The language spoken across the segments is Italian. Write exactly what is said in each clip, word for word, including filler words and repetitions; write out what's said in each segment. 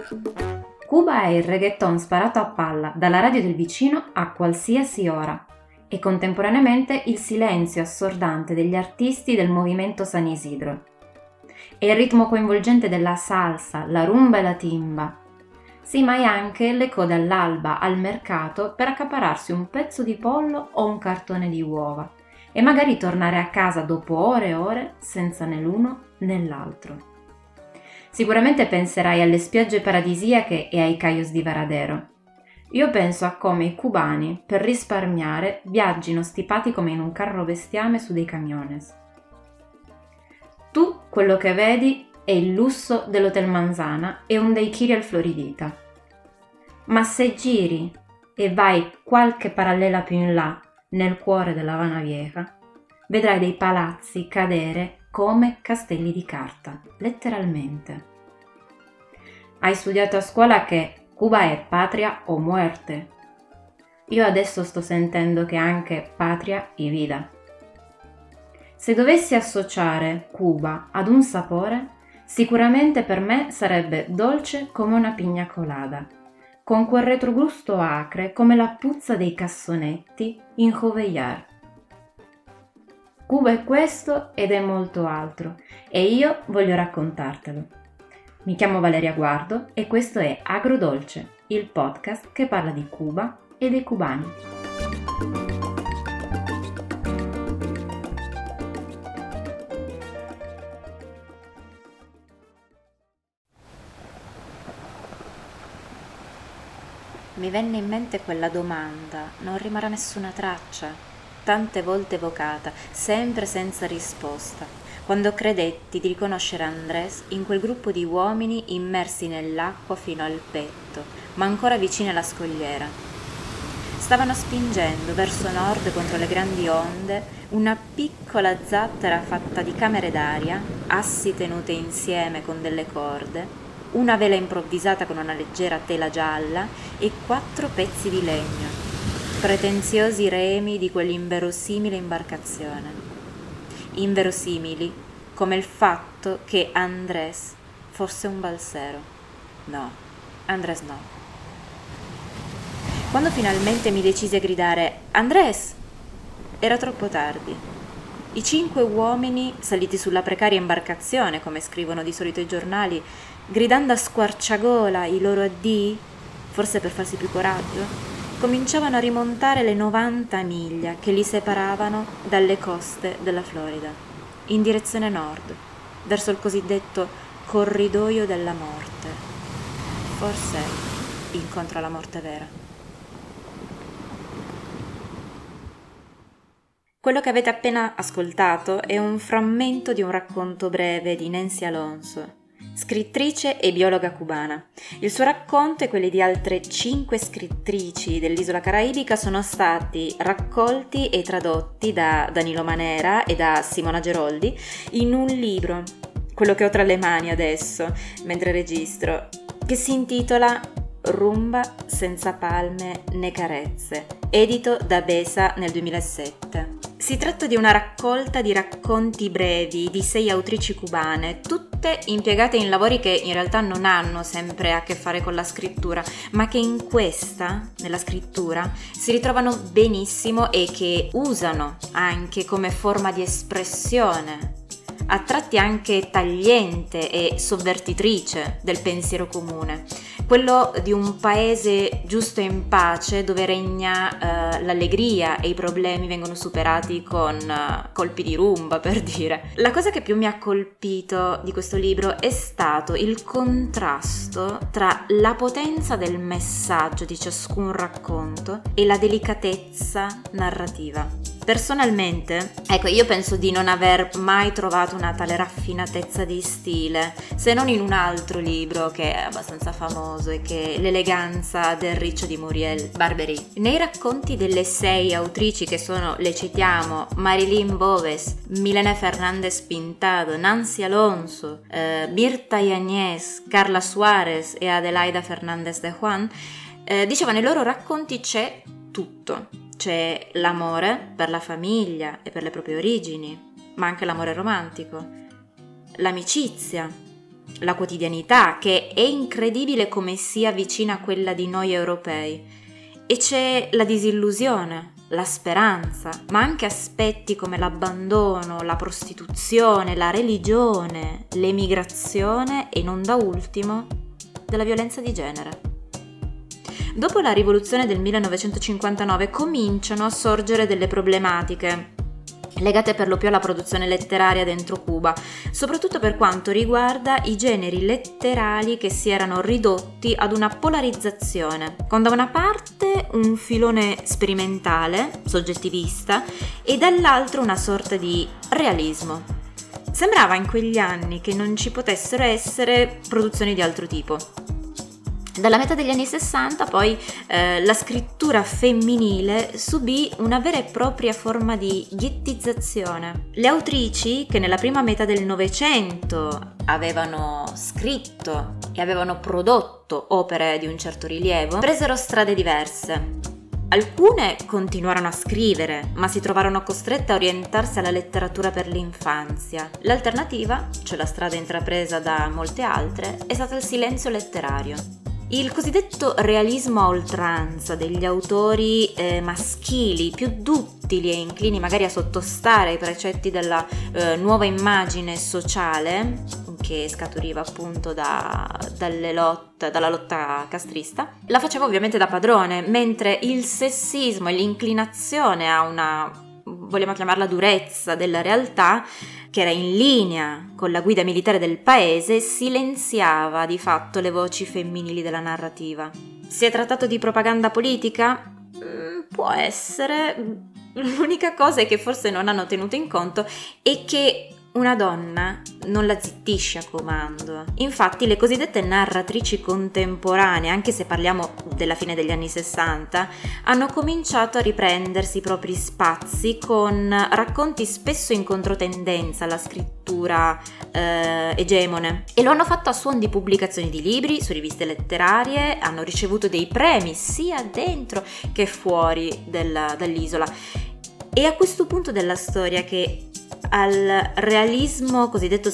Cuba è il reggaeton sparato a palla dalla radio del vicino a qualsiasi ora e contemporaneamente il silenzio assordante degli artisti del movimento San Isidro. È il ritmo coinvolgente della salsa, la rumba e la timba. Sì, ma è anche le code all'alba al mercato per accaparrarsi un pezzo di pollo o un cartone di uova e magari tornare a casa dopo ore e ore senza né l'uno né l'altro. Sicuramente penserai alle spiagge paradisiache e ai cayos di Varadero. Io penso a come i cubani, per risparmiare, viaggino stipati come in un carro bestiame su dei camiones. Tu quello che vedi è il lusso dell'Hotel Manzana e un daiquiri al Floridita. Ma se giri e vai qualche parallela più in là, nel cuore della Habana Vieja, vedrai dei palazzi cadere come castelli di carta, letteralmente. Hai studiato a scuola che Cuba è patria o muerte. Io adesso sto sentendo che è anche patria y vida. Se dovessi associare Cuba ad un sapore, sicuramente per me sarebbe dolce come una pigna colada, con quel retrogusto acre come la puzza dei cassonetti in Jovellar. Cuba è questo ed è molto altro e io voglio raccontartelo. Mi chiamo Valeria Guardo e questo è Agrodolce, il podcast che parla di Cuba e dei cubani. Mi venne in mente quella domanda, non rimarrà nessuna traccia, tante volte evocata, sempre senza risposta, quando credetti di riconoscere Andrés in quel gruppo di uomini immersi nell'acqua fino al petto, ma ancora vicini alla scogliera. Stavano spingendo verso nord contro le grandi onde una piccola zattera fatta di camere d'aria, assi tenute insieme con delle corde, una vela improvvisata con una leggera tela gialla e quattro pezzi di legno, pretenziosi remi di quell'inverosimile imbarcazione. Inverosimili come il fatto che Andrés fosse un balsero. No, Andrés no. Quando finalmente mi decisi a gridare «Andrés!», era troppo tardi. I cinque uomini, saliti sulla precaria imbarcazione, come scrivono di solito i giornali, gridando a squarciagola i loro addii, forse per farsi più coraggio, cominciavano a rimontare le novanta miglia che li separavano dalle coste della Florida, in direzione nord, verso il cosiddetto corridoio della morte. Forse incontro alla morte vera. Quello che avete appena ascoltato è un frammento di un racconto breve di Nancy Alonso, scrittrice e biologa cubana. Il suo racconto e quelli di altre cinque scrittrici dell'isola caraibica sono stati raccolti e tradotti da Danilo Manera e da Simona Geroldi in un libro, quello che ho tra le mani adesso, mentre registro, che si intitola Rumba senza palme né carezze, edito da Besa nel duemilasette. Si tratta di una raccolta di racconti brevi di sei autrici cubane, tutte impiegate in lavori che in realtà non hanno sempre a che fare con la scrittura, ma che in questa, nella scrittura, si ritrovano benissimo e che usano anche come forma di espressione, a tratti anche tagliente e sovvertitrice del pensiero comune, quello di un paese giusto e in pace dove regna eh, l'allegria e i problemi vengono superati con uh, colpi di rumba, per dire. La cosa che più mi ha colpito di questo libro è stato il contrasto tra la potenza del messaggio di ciascun racconto e la delicatezza narrativa. Personalmente, ecco, io penso di non aver mai trovato una tale raffinatezza di stile, se non in un altro libro che è abbastanza famoso e che è L'eleganza del riccio di Muriel Barbery. Nei racconti delle sei autrici che sono, le citiamo, Marilyn Boves, Milena Fernández Pintado, Nancy Alonso, eh, Mirta Yáñez, Carla Suárez e Adelaida Fernández de Juan, eh, dicevano nei loro racconti c'è tutto. C'è l'amore per la famiglia e per le proprie origini, ma anche l'amore romantico, l'amicizia, la quotidianità, che è incredibile come sia vicina a quella di noi europei, e c'è la disillusione, la speranza, ma anche aspetti come l'abbandono, la prostituzione, la religione, l'emigrazione e non da ultimo della violenza di genere. Dopo la rivoluzione del millenovecentocinquantanove cominciano a sorgere delle problematiche legate per lo più alla produzione letteraria dentro Cuba, soprattutto per quanto riguarda i generi letterari che si erano ridotti ad una polarizzazione, con da una parte un filone sperimentale, soggettivista, e dall'altro una sorta di realismo. Sembrava in quegli anni che non ci potessero essere produzioni di altro tipo. Dalla metà degli anni sessanta poi eh, la scrittura femminile subì una vera e propria forma di ghettizzazione. Le autrici che nella prima metà del Novecento avevano scritto e avevano prodotto opere di un certo rilievo presero strade diverse. Alcune continuarono a scrivere, ma si trovarono costrette a orientarsi alla letteratura per l'infanzia. L'alternativa, cioè la strada intrapresa da molte altre, è stata il silenzio letterario. Il cosiddetto realismo a oltranza degli autori eh, maschili più duttili e inclini magari a sottostare ai precetti della eh, nuova immagine sociale che scaturiva appunto da, dalle lotte, dalla lotta castrista, la faceva ovviamente da padrone, mentre il sessismo e l'inclinazione a una, vogliamo chiamarla durezza della realtà, che era in linea con la guida militare del paese, silenziava di fatto le voci femminili della narrativa. Si è trattato di propaganda politica? Mm, può essere. L'unica cosa è che forse non hanno tenuto in conto è che una donna non la zittisce a comando. Infatti le cosiddette narratrici contemporanee, anche se parliamo della fine degli anni sessanta, hanno cominciato a riprendersi i propri spazi con racconti spesso in controtendenza alla scrittura eh, egemone, e lo hanno fatto a suon di pubblicazioni di libri su riviste letterarie, hanno ricevuto dei premi sia dentro che fuori della, dall'isola. E a questo punto della storia che al realismo cosiddetto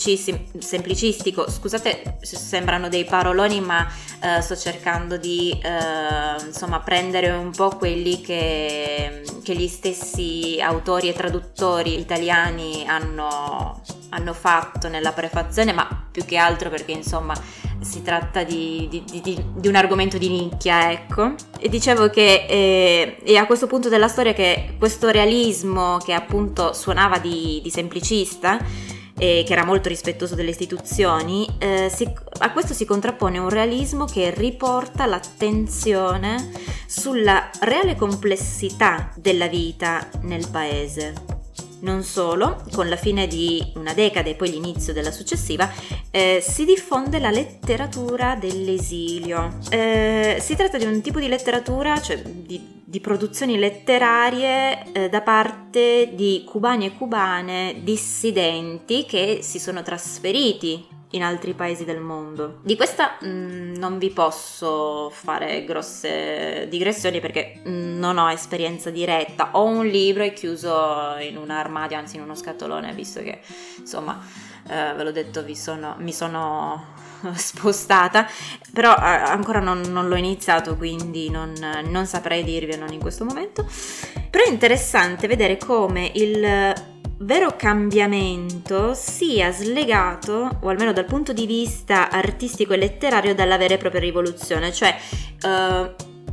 semplicistico, scusate se sembrano dei paroloni, ma eh, sto cercando di eh, insomma prendere un po' quelli che, che gli stessi autori e traduttori italiani hanno, hanno fatto nella prefazione, ma più che altro perché insomma si tratta di, di, di, di un argomento di nicchia, ecco. E dicevo che eh, è a questo punto della storia che questo realismo, che appunto suonava di, di semplicista e che era molto rispettoso delle istituzioni, eh, si, a questo si contrappone un realismo che riporta l'attenzione sulla reale complessità della vita nel paese. Non solo, con la fine di una decade e poi l'inizio della successiva, eh, si diffonde la letteratura dell'esilio. Eh, si tratta di un tipo di letteratura, cioè di, di produzioni letterarie eh, da parte di cubani e cubane dissidenti che si sono trasferiti in altri paesi del mondo. Di questa mh, non vi posso fare grosse digressioni perché mh, non ho esperienza diretta. Ho un libro, è chiuso in un armadio, anzi in uno scatolone, visto che insomma eh, ve l'ho detto, vi sono, mi sono spostata, però eh, ancora non, non l'ho iniziato, quindi non, non saprei dirvi, non in questo momento. Però è interessante vedere come il vero cambiamento sia slegato, o almeno dal punto di vista artistico e letterario, dalla vera e propria rivoluzione. Cioè uh,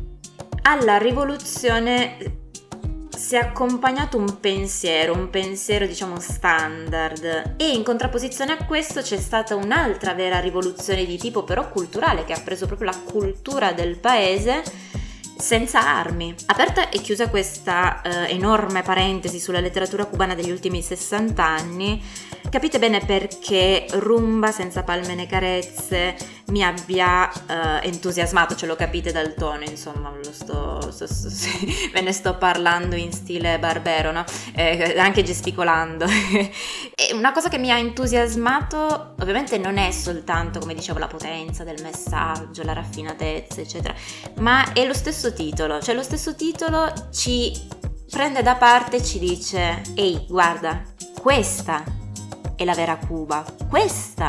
alla rivoluzione si è accompagnato un pensiero, un pensiero diciamo standard, e in contrapposizione a questo c'è stata un'altra vera rivoluzione di tipo però culturale, che ha preso proprio la cultura del paese senza armi. Aperta e chiusa questa eh, enorme parentesi sulla letteratura cubana degli ultimi sessanta anni, capite bene perché Rumba senza palme né carezze mi abbia eh, entusiasmato, ce lo capite dal tono, insomma, lo sto, sto, sto, sto ve ne sto parlando in stile Barbero, no? Eh, anche gesticolando. E una cosa che mi ha entusiasmato ovviamente non è soltanto, come dicevo, la potenza del messaggio, la raffinatezza, eccetera, ma è lo stesso titolo, cioè lo stesso titolo ci prende da parte e ci dice: ehi, guarda, questa è la vera Cuba, questa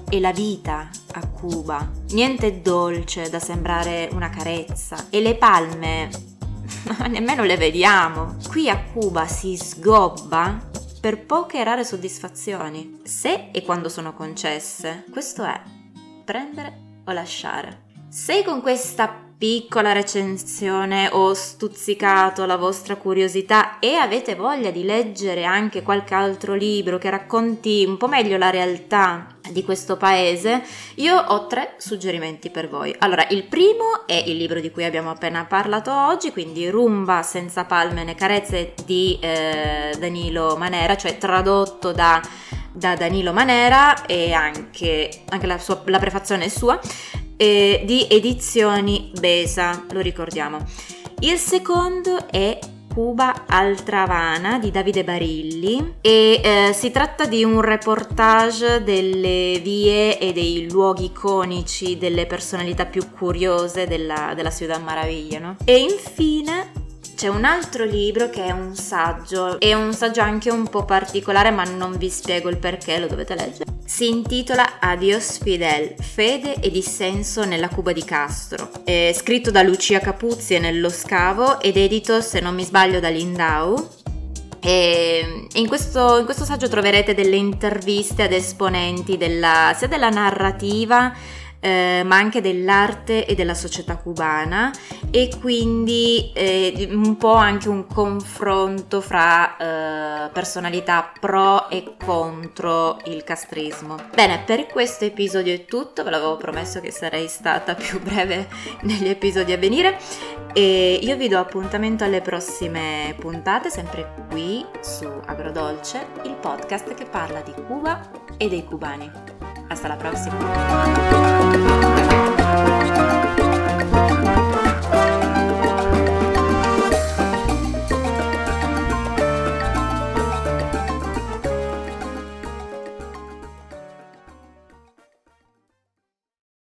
è la vita a Cuba. Niente dolce da sembrare una carezza. E le palme nemmeno le vediamo. Qui a Cuba si sgobba per poche e rare soddisfazioni, se e quando sono concesse. Questo è prendere o lasciare. Se con questa piccola recensione ho stuzzicato la vostra curiosità e avete voglia di leggere anche qualche altro libro che racconti un po' meglio la realtà di questo paese, io ho tre suggerimenti per voi. Allora, il primo è il libro di cui abbiamo appena parlato oggi, quindi Rumba senza palme né carezze di eh, Danilo Manera, cioè tradotto da, da Danilo Manera, e anche, anche la, sua, la prefazione è sua, eh, di Edizioni Besa, lo ricordiamo. Il secondo è Cuba Altra Habana di Davide Barilli e eh, si tratta di un reportage delle vie e dei luoghi iconici delle personalità più curiose della, della Ciudad Maravilla, no? E infine c'è un altro libro che è un saggio, è un saggio anche un po' particolare, ma non vi spiego il perché, lo dovete leggere. Si intitola Adios Fidel, fede e dissenso nella Cuba di Castro. È scritto da Lucia Capuzzi e Nello Scavo ed edito, se non mi sbaglio, da Lindau. E in questo, in questo saggio troverete delle interviste ad esponenti della, sia della narrativa Eh, ma anche dell'arte e della società cubana, e quindi eh, un po' anche un confronto fra eh, personalità pro e contro il castrismo. Bene, per questo episodio è tutto, ve l'avevo promesso che sarei stata più breve negli episodi a venire e io vi do appuntamento alle prossime puntate, sempre qui su Agrodolce, il podcast che parla di Cuba e dei cubani. Hasta la prossima!